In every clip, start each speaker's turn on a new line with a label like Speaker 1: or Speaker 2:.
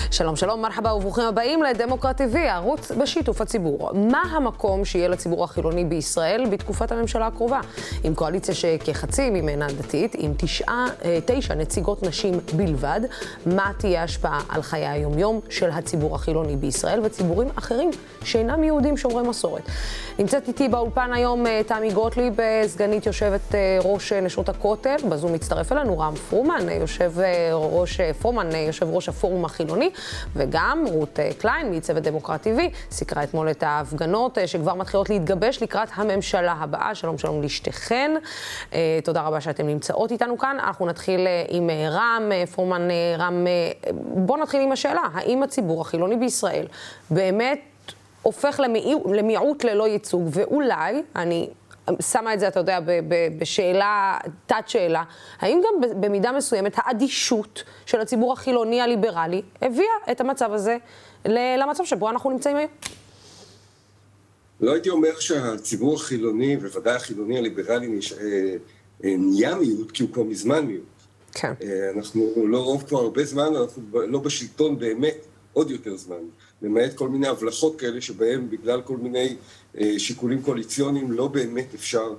Speaker 1: שלום, שלום, מרחבה וברוכים הבאים לדמוקרט TV, הערוץ בשיתוף הציבור. מה המקום שיהיה לציבור החילוני בישראל בתקופת הממשלה הקרובה? עם קואליציה שכחצי ממנה דתית, עם תשע נציגות נשים בלבד, מה תהיה ההשפעה על חיי היום-יום של הציבור החילוני בישראל וציבורים אחרים שאינם יהודים שומרי מסורת? נמצאת איתי באולפן היום תמי גוטליב, סגנית יושבת ראש נשות הכותל, בזום מצטרף אלינו רם פרומן, יושב ראש הפורום החילוני, וגם רות קליין מצוות דמוקרט TV, סיקרה אתמול את ההפגנות שכבר מתחילות להתגבש לקראת הממשלה הבאה. שלום שלום לשתיכן, תודה רבה שאתם נמצאות איתנו כאן. אנחנו נתחיל עם רם פרומן. רם, בוא נתחיל עם השאלה, האם הציבור החילוני בישראל באמת הופך למיעוט ללא ייצוג, ואולי, אני שמה את זה, אתה יודע, בשאלה, תת שאלה, האם גם במידה מסוימת האדישות של הציבור החילוני הליברלי הביאה את המצב הזה למצב שבו אנחנו נמצאים היום?
Speaker 2: לא הייתי אומר שהציבור החילוני, בוודאי החילוני הליברלי, נהיה מיעוט, כי הוא כבר מזמן מיעוט.
Speaker 1: כן.
Speaker 2: אנחנו לא רוב כבר הרבה זמן, אנחנו לא בשלטון באמת עוד יותר זמן. למעט כל מיני הבלחות כאלה שבהם בגלל כל מיני שיקולים קואליציוניים לא באמת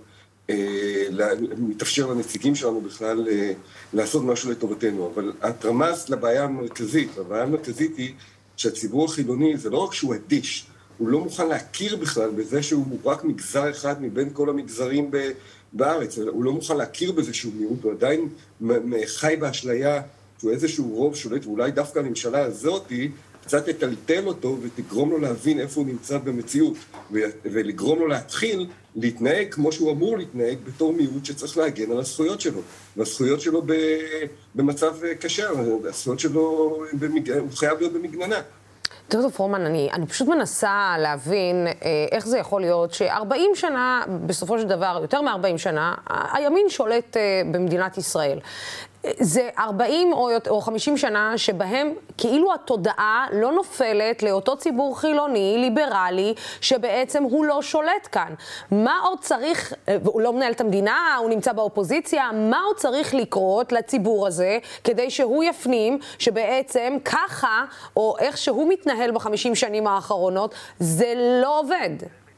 Speaker 2: מתאפשר לנציגים שלנו בכלל לעשות משהו לטובתנו. אבל את רמזת לבעיה המרכזית, והבעיה המרכזית היא שהציבור החילוני זה לא רק שהוא אדיש, הוא לא מוכן להכיר בכלל בזה שהוא רק מגזר אחד מבין כל המגזרים בארץ, הוא לא מוכן להכיר בזה שהוא מיעוט, הוא עדיין חי באשליה שהוא איזשהו רוב שולט, ואולי דווקא הממשלה הזאת קצת תטלטל אותו ותגרום לו להבין איפה הוא נמצא במציאות, ולגרום לו להתחיל להתנהג כמו שהוא אמור להתנהג בתור מיעוט שצריך להגן על הזכויות שלו, והזכויות שלו במצב קשה, הזכויות שלו הוא חייב להיות במגננה.
Speaker 1: דוקטור פרומן, אני פשוט מנסה להבין איך זה יכול להיות ש40 שנה, בסופו של דבר, יותר מ40 שנה, הימין שולט במדינת ישראל. זה 40 או 50 שנה שבהם כאילו התודעה לא נופלת לאותו ציבור חילוני, ליברלי, שבעצם הוא לא שולט כאן. מה עוד צריך, הוא לא מנהל את המדינה, הוא נמצא באופוזיציה, מה עוד צריך לקרות לציבור הזה כדי שהוא יפנים שבעצם ככה, או איך שהוא מתנהל ב50 שנים האחרונות, זה לא עובד?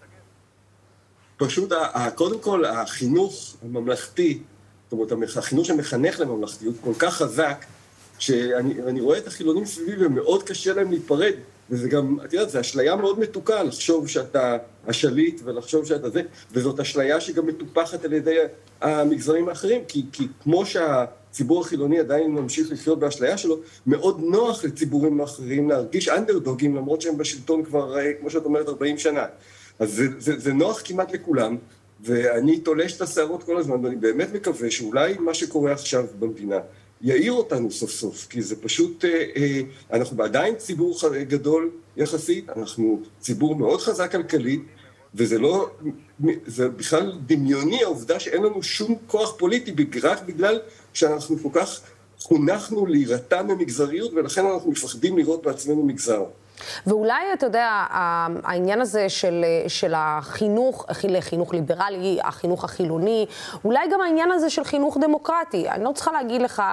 Speaker 2: פשוט, קודם כל, החינוך הממלכתי, זאת אומרת, החינוך שמחנך לממלכתיות כל כך חזק, שאני רואה את החילונים סביבי ומאוד קשה להם להיפרד, וזה גם, את יודעת, זה אשליה מאוד מתוקה לחשוב שאתה השליט ולחשוב שאתה זה, וזאת אשליה שגם מטופחת על ידי המגזרים האחרים, כי כמו שהציבור החילוני עדיין ממשיך לחיות באשליה שלו, מאוד נוח לציבורים האחרים להרגיש אנדרדוגים, למרות שהם בשלטון כבר, כמו שאת אומרת, 40 שנה. אז זה נוח כמעט לכולם, ואני תולש את השערות כל הזמן, ואני באמת מקווה שאולי מה שקורה עכשיו במדינה יעיר אותנו סוף סוף, כי זה פשוט, אנחנו עדיין ציבור גדול יחסית, אנחנו ציבור מאוד חזק כלכלית, וזה לא, זה בכלל דמיוני העובדה שאין לנו שום כוח פוליטי, רק בגלל שאנחנו כל כך חונכנו להירתע ממגזריות, ולכן אנחנו מפחדים לראות בעצמנו מגזר.
Speaker 1: ואולי, אתה יודע, העניין הזה של החינוך, לחינוך ליברלי, החינוך החילוני, אולי גם העניין הזה של חינוך דמוקרטי. אני לא צריכה להגיד לך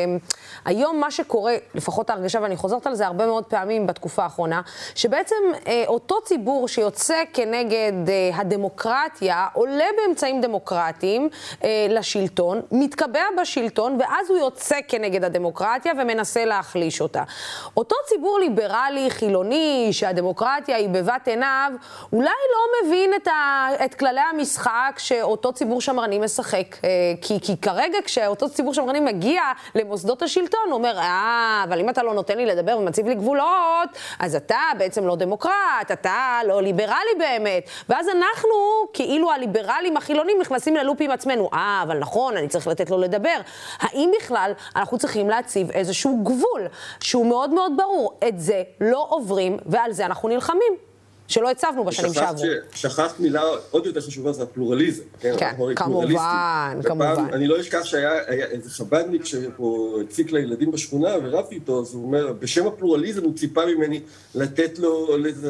Speaker 1: שהיום מה שקורה, לפחות ההרגשה, ואני חוזרת על זה הרבה מאוד פעמים בתקופה האחרונה, שבעצם אותו ציבור שיוצא כנגד הדמוקרטיה, עולה באמצעים דמוקרטיים לשלטון, מתקבע בשלטון, ואז הוא יוצא כנגד הדמוקרטיה ומנסה להחליש אותה. אותו ציבור ליברלי, חילוני, שהדמוקרטיה היא בבת עיניו, אולי לא מבין את כללי המשחק שאותו ציבור שמרני משחק. כי כרגע כשאותו ציבור שמרני מגיע למוסדות השלטון, הוא אומר, אבל אם אתה לא נותן לי לדבר ומציב לי גבולות, אז אתה בעצם לא דמוקרט, אתה לא ליברלי באמת. ואז אנחנו, כאילו הליברלים החילונים, נכנסים ללופ עם עצמנו. אבל נכון, אני צריך לתת לו לדבר. האם בכלל אנחנו צריכים להציב איזשהו גבול שהוא מאוד מאוד ברור? את זה לא עוברים, ועל זה אנחנו נלחמים, שלא הצבנו בשנים שעברו.
Speaker 2: שכחת מילה עוד יותר חשובה, זה הפלורליזם.
Speaker 1: כן, כמובן.
Speaker 2: אני לא אשכח שהיה איזה חבדניק שפה הציק לילדים בשכונה, ורבתי איתו, אז הוא אומר, בשם הפלורליזם הוא ציפה ממני לתת לו,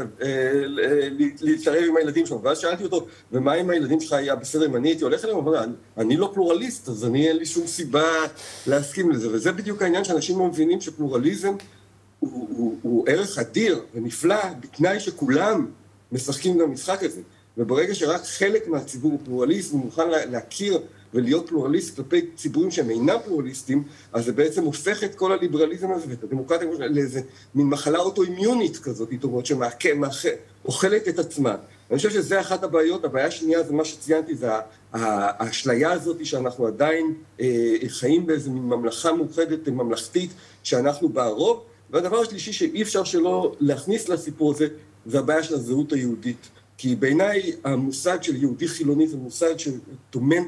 Speaker 2: להתערב עם הילדים שלו. ואז שאלתי אותו, ומה אם הילדים שלך היה בסדר, אם אני הייתי הולך אליהם, הוא אומר, אני לא פלורליסט, אז אין לי שום סיבה להסכים לזה. וזה בדיוק העניין שאנשים לא מבינים שפלורליזם הוא ערך אדיר ונפלא, בתנאי שכולם משחקים במשחק הזה. וברגע שרק חלק מהציבור הוא פלורליסט, הוא מוכן להכיר ולהיות פלורליסט כלפי ציבורים שהם אינם פלורליסטים, אז זה בעצם הופך את כל הליברליזם הזה ואת הדמוקרטיה לאיזה מין מחלה אוטואימיונית כזאת, שאוכלת את עצמה. אני חושב שזה אחת הבעיות. הבעיה השנייה זה מה שציינתי, זה האשליה הזאת שאנחנו עדיין חיים באיזו ממלכה מאוחדת, ממלכתית, שאנחנו ברוב. והדבר השלישי שאי אפשר שלא להכניס לסיפור הזה, זה הבעיה של הזהות היהודית. כי בעיניי המושג של יהודי חילוני זה מושג שטומן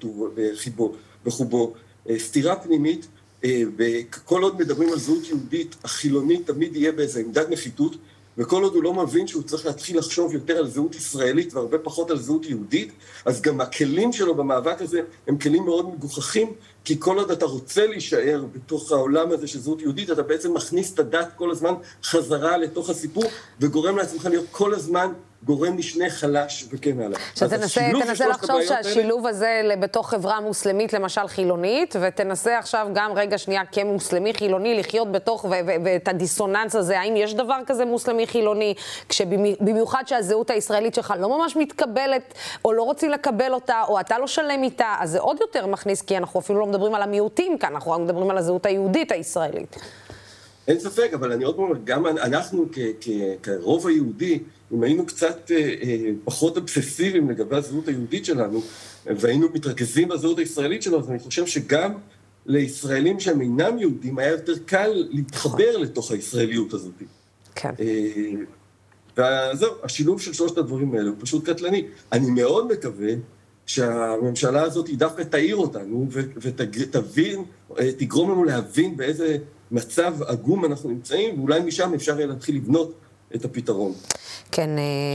Speaker 2: בחובו סתירה פנימית, וכל עוד מדברים על זהות יהודית, החילוני תמיד יהיה באיזו עמדת נחיתות, וכל עוד הוא לא מבין שהוא צריך להתחיל לחשוב יותר על זהות ישראלית והרבה פחות על זהות יהודית, אז גם הכלים שלו במאבק הזה הם כלים מאוד מגוחכים, כי כל עוד אתה רוצה להישאר בתוך העולם הזה של זהות יהודית, אתה בעצם מכניס את הדת כל הזמן חזרה לתוך הסיפור, וגורם לעצמך להיות כל הזמן גורם משנה חלש וכן הלאה.
Speaker 1: שתנסה לחשוב שהשילוב הזה בתוך חברה מוסלמית, למשל חילונית, ותנסה עכשיו גם רגע שנייה כמוסלמי חילוני לחיות בתוך, ואת הדיסוננס הזה, האם יש דבר כזה מוסלמי חילוני, במיוחד שהזהות הישראלית שלך לא ממש מתקבלת, או לא רוצים לקבל אותה, או אתה לא שלם איתה, אז זה עוד יותר מכניס, כי אנחנו אפילו לא מדברים על המיעוטים כאן, אנחנו מדברים על הזהות היהודית הישראלית.
Speaker 2: אין ספק, אבל אני עוד אומר, גם אנחנו כרוב היהודי, אם היינו קצת פחות אובססיביים לגבי הזהות היהודית שלנו, והיינו מתרכזים בזהות הישראלית שלנו, אז אני חושב שגם לישראלים שהם אינם יהודים, היה יותר קל להתחבר לתוך הישראליות הזאת.
Speaker 1: כן.
Speaker 2: וזהו, השילוב של שלושת הדברים האלה הוא פשוט קטלני. אני מאוד מקווה שהממשלה הזאת היא דווקא תאיר אותנו, ותבין, תגרום לנו להבין באיזה מצב עגום אנחנו נמצאים, ואולי משם אפשר יהיה להתחיל לבנות את הפתרון.
Speaker 1: כן,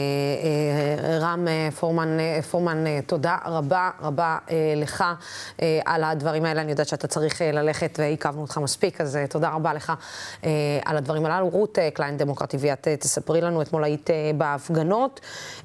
Speaker 1: רם פורמן, תודה רבה רבה לך על הדברים האלה. אני יודעת שאתה צריך ללכת ועיכבנו אותך מספיק, אז תודה רבה לך על הדברים הללו. רות קליין, דמוקרט TV, את תספרי לנו, אתמול היית בהפגנות.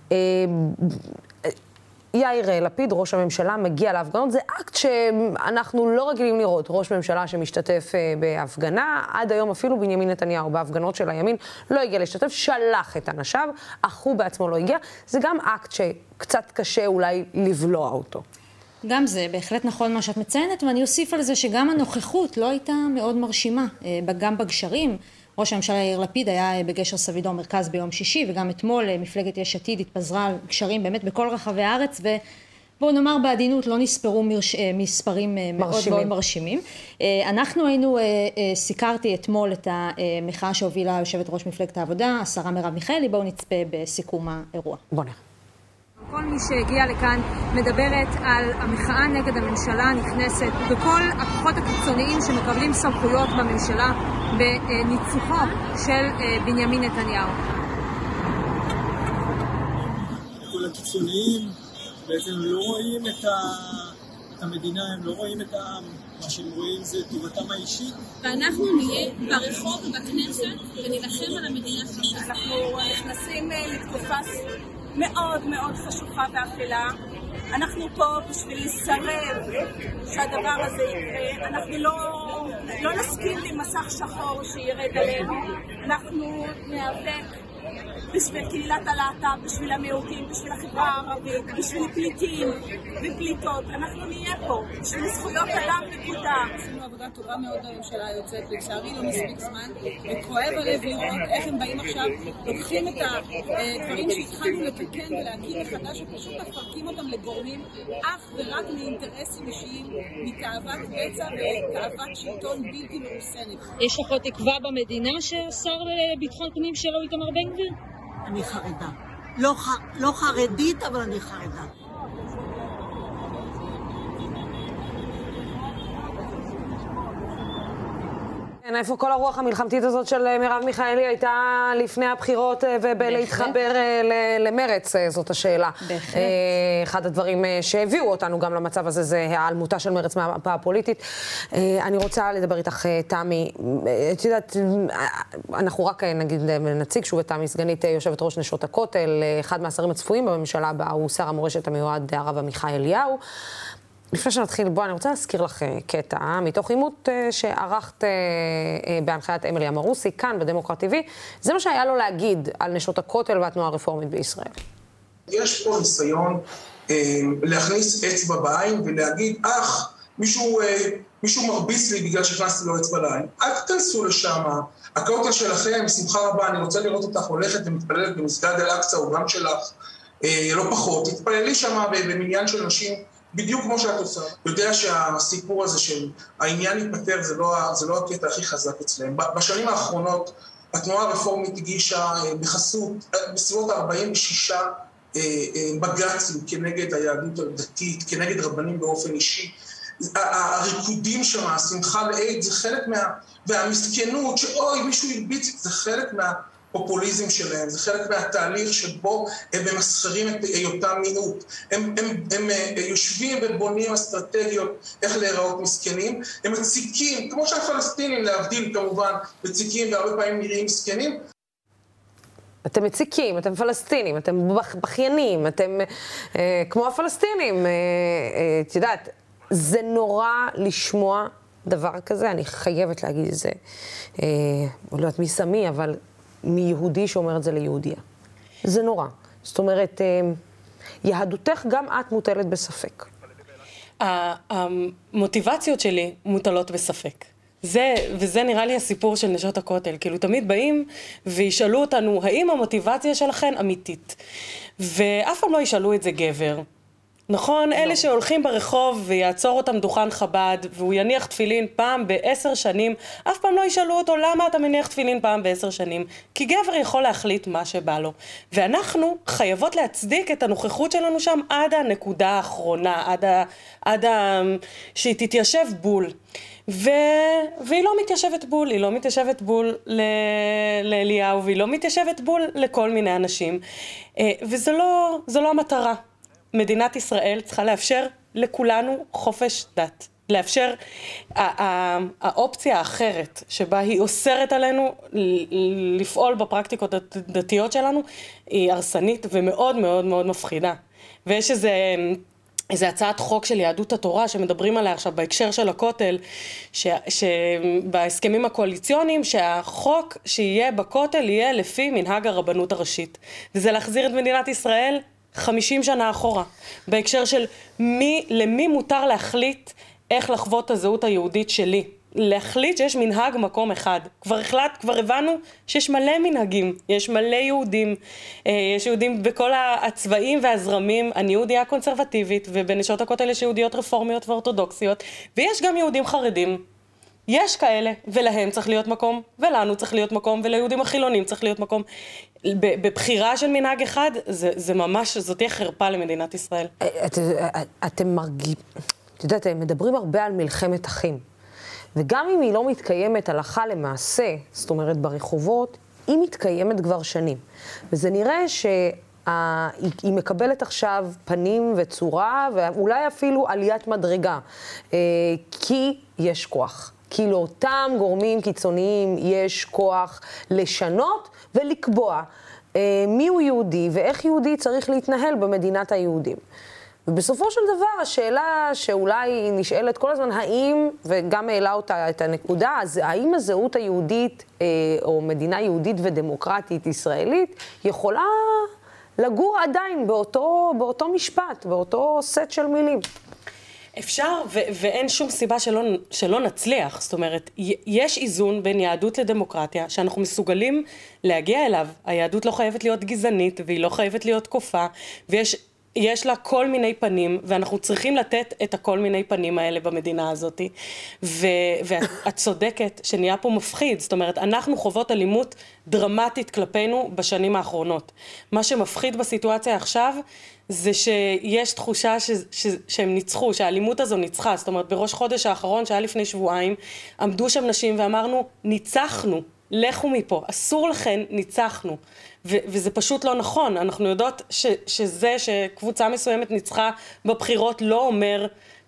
Speaker 1: יאיר לפיד, ראש הממשלה, מגיע להפגנות. זה אקט שאנחנו לא רגילים לראות. ראש ממשלה שמשתתף בהפגנה, עד היום אפילו בנימין נתניהו בהפגנות של הימין לא הגיע להשתתף, שלח את אנשיו, אך הוא בעצמו לא הגיע. זה גם אקט שקצת קשה אולי לבלוע אותו.
Speaker 3: גם זה בהחלט נכון מה שאת מציינת, ואני אוסיף על זה שגם הנוכחות לא הייתה מאוד מרשימה, גם בגשרים. ראש הממשלה יאיר לפיד היה בגשר סבידור מרכז ביום שישי, וגם אתמול מפלגת יש עתיד התפזרה על גשרים באמת בכל רחבי הארץ, ובואו נאמר בעדינות לא נספרו מספרים מאוד מאוד מרשימים. אנחנו סיקרתי אתמול את המחאה שהובילה יושבת ראש מפלגת העבודה, השרה מרב מיכאלי. בואו נצפה בסיכום האירוע.
Speaker 1: בוא נראה.
Speaker 3: כל מי שהגיע לכאן מדברת על המחאה נגד הממשלה הנכנסת וכל הכוחות הקיצוניים שמקבלים סמכויות בממשלה בניצוחו של בנימין נתניהו.
Speaker 4: כל הקיצוניים בעצם לא רואים את המדינה, הם לא רואים את העם. מה שהם רואים זה טובתם האישית.
Speaker 5: ואנחנו נהיה ברחוב ובכנסת ונלחם על המדינה שלנו.
Speaker 6: אנחנו נכנסים לתקופה מאוד מאוד חשוכה ואפלה. אנחנו פה בשביל לסרב שהדבר הזה יקרה. אנחנו לא נסכים למסך שחור שירד עלינו. אנחנו ניאבק בשביל קהילת הלהט"ב, בשביל המיעוטים, בשביל החברה הערבית, בשביל פליטים ופליטות. אנחנו נהיה פה בשביל זכויות אדם נקודה.
Speaker 5: עשינו עבודה טובה מאוד בממשלה היוצאת, לצערי לא מספיק זמן, וכואב הלב לראות איך הם באים עכשיו, לוקחים את הדברים שהתחלנו לתקן ולהקים מחדש, ופשוט מפרקים אותם לגורמים אך ורק לאינטרסים אישיים, מתאוות בצע ותאוות שלטון בלתי מרוסנת.
Speaker 3: יש לך תקווה במדינה שהשר לביטחון פנים שלו איתמר בן גביר?
Speaker 7: אני חרדה. לא חרדית, אבל אני חרדה.
Speaker 1: איפה כל הרוח המלחמתית הזאת של מרב מיכאלי הייתה לפני הבחירות ובלהתחבר למרץ, זאת השאלה. אחד הדברים שהביאו אותנו גם למצב הזה זה העלמותה של מרץ מהמפה הפוליטית. אני רוצה לדבר איתך, תמי. את יודעת, אנחנו רק נציג שוב את תמי, סגנית יושבת ראש נשות הכותל, אחד מהשרים הצפויים בממשלה בה הוא שר המורשת המיועד הרב עמיחי אליהו. לפני שנתחיל, בוא, אני רוצה להזכיר לך קטע מתוך עימות שערכת בהנחיית אמילי אמרוסי, כאן בדמוקרט TV. זה מה שהיה לו להגיד על נשות הכותל והתנועה הרפורמית בישראל.
Speaker 8: יש פה ניסיון להכניס אצבע בעין ולהגיד, מישהו מרביץ לי בגלל שהכנסתי לו אצבע לעין. אל תכנסו לשם, הכותל שלכם, שמחה רבה, אני רוצה לראות אותך הולכת ומתפללת במסגד אל-אקצא, הוא גם שלך, לא פחות. תתפללי שם במניין של נשים, בדיוק כמו שאת עושה. יודע שהסיפור הזה של העניין להתפטר זה לא הקטע הכי חזק אצלם. בשנים האחרונות התנועה הרפורמית הגישה בחסות בסביבות 46 בג"צים כנגד היהדות הדתית, כנגד רבנים באופן אישי. הריקודים שם, השמחה לאיד, זה חלק והמסכנות שאוי מישהו הרביץ, זה חלק מהפופוליזם שלהם, זה חלק מהתהליך שבו הם ממסחרים את היותם מיעוט. הם יושבים ובונים אסטרטגיות איך להיראות מסכנים, הם מציקים, כמו שהפלסטינים להבדיל כמובן, מציקים והרבה פעמים נראים מסכנים.
Speaker 1: אתם מציקים, אתם פלסטינים, אתם בכיינים, אתם כמו הפלסטינים, את יודעת, זה נורא לשמוע דבר כזה, אני חייבת להגיד את זה, לא יודעת מי סמי, אבל מיהודי שאומר את זה ליהודיה. זה נורא. זאת אומרת, יהדותך גם את מוטלת בספק.
Speaker 9: המוטיבציות שלי מוטלות בספק. וזה נראה לי הסיפור של נשות הכותל. כאילו תמיד באים וישאלו אותנו, האם המוטיבציה שלכן אמיתית? ואף פעם לא ישאלו את זה גבר. נכון, אלה שהולכים ברחוב ויעצור אותם דוכן חב"ד, והוא יניח תפילין פעם ב10 שנים, אף פעם לא ישאלו אותו למה אתה מניח תפילין פעם ב10 שנים, כי גבר יכול להחליט מה שבא לו. ואנחנו חייבות להצדיק את הנוכחות שלנו שם עד הנקודה האחרונה, עד שהיא תתיישב בול. והיא לא מתיישבת בול, היא לא מתיישבת בול לאליהו, והיא לא מתיישבת בול לכל מיני אנשים. וזו לא המטרה. מדינת ישראל צריכה לאפשר לכולנו חופש דת. לאפשר, האופציה האחרת שבה היא אוסרת עלינו לפעול בפרקטיקות הדתיות שלנו, היא הרסנית ומאוד מאוד מאוד מפחידה. ויש איזה הצעת חוק של יהדות התורה שמדברים עליה עכשיו בהקשר של הכותל, שבהסכמים הקואליציוניים שהחוק שיהיה בכותל יהיה לפי מנהג הרבנות הראשית. וזה להחזיר את מדינת ישראל 50 שנה אחורה, בהקשר של למי מותר להחליט איך לחוות את הזהות היהודית שלי. להחליט שיש מנהג מקום אחד. כבר הבנו שיש מלא מנהגים, יש מלא יהודים, יש יהודים בכל הצבעים והזרמים. אני יהודיה קונסרבטיבית, ובנשות הכותל יש יהודיות רפורמיות ואורתודוקסיות, ויש גם יהודים חרדים. יש כאלה, ולהם צריך להיות מקום, ולנו צריך להיות מקום, וליהודים החילונים צריך להיות מקום. בבחירה של מנהג אחד, זה ממש, זאת תהיה חרפה למדינת ישראל.
Speaker 1: אתם את יודעת, הם מדברים הרבה על מלחמת אחים. וגם אם היא לא מתקיימת הלכה למעשה, זאת אומרת ברחובות, היא מתקיימת כבר שנים. וזה נראה שהיא מקבלת עכשיו פנים וצורה, ואולי אפילו עליית מדרגה. כי יש כוח. כי לאותם גורמים קיצוניים יש כוח לשנות ולקבוע מי הוא יהודי ואיך יהודי צריך להתנהל במדינת היהודים. ובסופו של דבר, השאלה שאולי נשאלת כל הזמן, האם, וגם העלה אותה את הנקודה, אז האם הזהות היהודית, או מדינה יהודית ודמוקרטית ישראלית, יכולה לגור עדיין באותו משפט, באותו סט של מילים?
Speaker 9: אפשר, ואין שום סיבה שלא נצליח. זאת אומרת, יש איזון בין יהדות לדמוקרטיה, שאנחנו מסוגלים להגיע אליו. היהדות לא חייבת להיות גזענית, והיא לא חייבת להיות כופה, יש לה כל מיני פנים, ואנחנו צריכים לתת את הכל מיני פנים האלה במדינה הזאת. ואת צודקת שנהיה פה מפחיד. זאת אומרת, אנחנו חוות אלימות דרמטית כלפינו בשנים האחרונות. מה שמפחיד בסיטואציה עכשיו, זה שיש תחושה שהם ניצחו, שהאלימות הזו ניצחה. זאת אומרת, בראש חודש האחרון, שהיה לפני שבועיים, עמדו שם נשים ואמרנו, ניצחנו. לכו מפה, אסור לכן, ניצחנו. וזה פשוט לא נכון. אנחנו יודעות שזה שקבוצה מסוימת ניצחה בבחירות לא אומר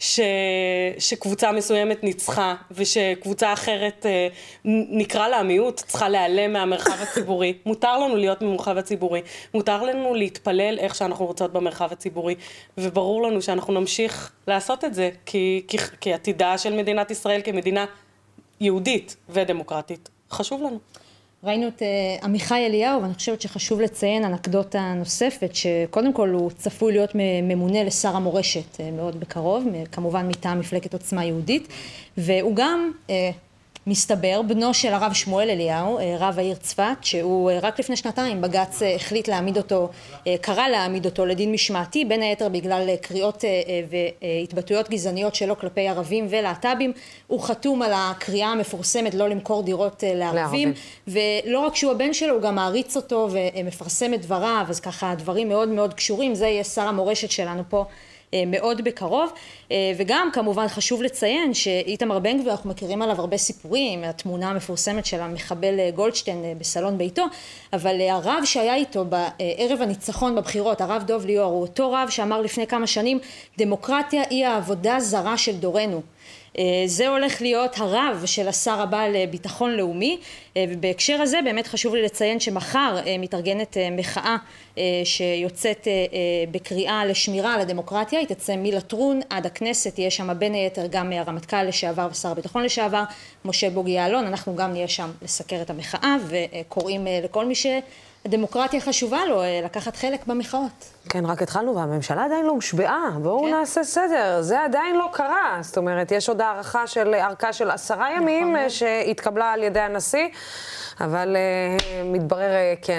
Speaker 9: שקבוצה מסוימת ניצחה, ושקבוצה אחרת נקרא לה מיעוט, צריכה להיעלם מהמרחב הציבורי. מותר לנו להיות במרחב הציבורי, מותר לנו להתפלל איך שאנחנו רוצות במרחב הציבורי, וברור לנו שאנחנו נמשיך לעשות את זה, כי עתידה של מדינת ישראל כמדינה יהודית ודמוקרטית חשוב לנו.
Speaker 3: ראינו את עמיחי אליהו, ואני חושבת שחשוב לציין אנקדוטה נוספת, שקודם כל הוא צפוי להיות ממונה לשר המורשת מאוד בקרוב, כמובן מטעם מפלגת עוצמה יהודית, והוא גם מסתבר בנו של הרב שמואל אליהו, רב העיר צפת, שהוא רק לפני שנתיים בג"ץ החליט להעמיד אותו, קרא להעמיד אותו לדין משמעתי, בין היתר בגלל קריאות והתבטאויות גזעניות שלו כלפי ערבים ולהט"בים. הוא חתום על הקריאה המפורסמת לא למכור דירות לערבים, ולא רק שהוא הבן שלו, הוא גם מעריץ אותו ומפרסם את דבריו, אז ככה דברים מאוד מאוד קשורים. זה יהיה שר המורשת שלנו פה מאוד בקרוב, וגם כמובן חשוב לציין שאיתמר בן גביר, אנחנו מכירים עליו הרבה סיפורים, התמונה המפורסמת של המחבל גולדשטיין בסלון ביתו, אבל הרב שהיה איתו בערב הניצחון בבחירות, הרב דוב ליאור, הוא אותו רב שאמר לפני כמה שנים, דמוקרטיה היא העבודה זרה של דורנו. זה הולך להיות הרב של השר הבא לביטחון לאומי, ובהקשר הזה באמת חשוב לי לציין שמחר מתארגנת מחאה שיוצאת בקריאה לשמירה על הדמוקרטיה, היא תצא מלטרון עד הכנסת, תהיה שם בין היתר גם הרמטכ"ל לשעבר ושר הביטחון לשעבר, משה בוגי יעלון, אנחנו גם נהיה שם לסקר את המחאה, וקוראים לכל מי שהדמוקרטיה חשובה לו לקחת חלק במחאות.
Speaker 1: כן, רק התחלנו והממשלה עדיין לא הושבעה, בואו נעשה סדר, זה עדיין לא קרה, זאת אומרת, יש עוד ארכה של 10 ימים שהתקבלה על ידי הנשיא, אבל מתברר, כן,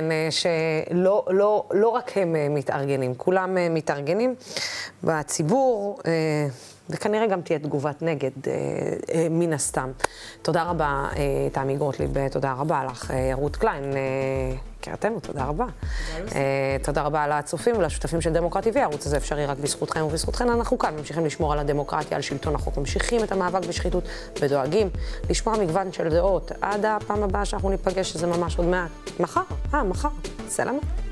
Speaker 1: שלא רק הם מתארגנים, כולם מתארגנים בציבור, וכנראה גם תהיה תגובת נגד מן הסתם. תודה רבה, תמי גוטליב, תודה רבה לך, רות קליין, קראתנו, תודה רבה. תודה רבה לצופים ולשותפים של דמוקרטי TV, הערוץ הזה אפשרי רק בזכותכם ובזכותכן. אנחנו כאן ממשיכים לשמור על הדמוקרטיה, על שלטון החוק, ממשיכים את המאבק בשחיתות ודואגים לשמוע מגוון של דעות. עד הפעם הבאה שאנחנו ניפגש, שזה ממש עוד מעט. מחר, מחר. סלאם.